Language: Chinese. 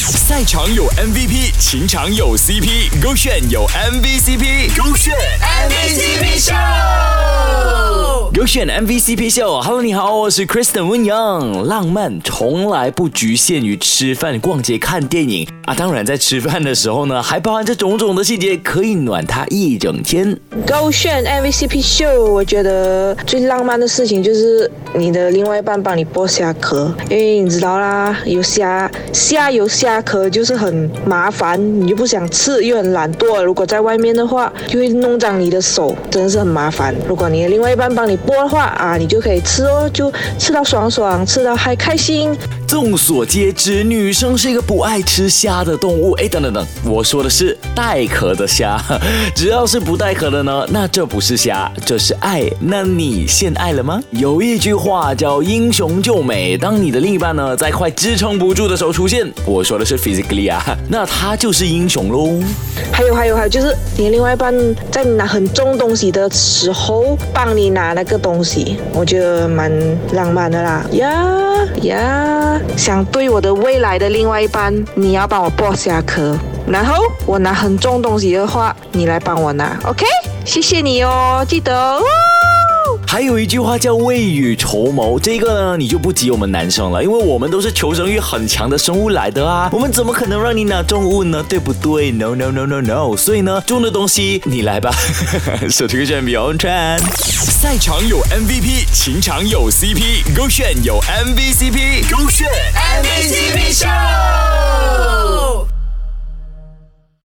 赛场有 MVP， 情场有 CP， 勾选有 MVCp， 勾选 MVCp Show， 勾选 MVCp Show。Hello， 你好，我是 Kristen 温阳。浪漫从来不局限于吃饭、逛街、看电影啊，当然在吃饭的时候呢，还包含着种种的细节，可以暖它一整天。 勾选 MVCp Show， 我觉得最浪漫的事情就是你的另外一半帮你剥虾壳，因为你知道啦，有虾有虾壳就是很麻烦，你就不想吃，又很懒惰。如果在外面的话，就会弄脏你的手，真的是很麻烦。如果你的另外一半帮你剥的话啊，你就可以吃哦，就吃到爽爽，吃到还开心。 众所皆知，女生是一个不爱吃虾的动物。等，我说的是带壳的虾。只要是不带壳的呢，那这不是虾，这是爱。那你现爱了吗？有一句话叫英雄救美，当你的另一半呢在快支撑不住的时候出现，我说的是 physically 啊，那他就是英雄喽。 还有，就是你的另外一半在你拿很重东西的时候，帮你拿那个东西，我觉得蛮浪漫的啦。呀，想对我的未来的另外一半，你要帮我剥虾壳，然后我拿很重东西的话，你来帮我拿 ，OK？ 谢谢你哦，记得哦。 还有一句话叫未雨绸缪，这个呢你就不及我们男生了，因为我们都是求生欲很强的生物来的啊，我们怎么可能让你拿重物呢？对不对 ？No， 所以呢，重的东西你来吧。手提个选 Beyond Trend， 赛场有 MVP， 情场有 CP， 勾选有 MVCp， 勾选 MVCp Show。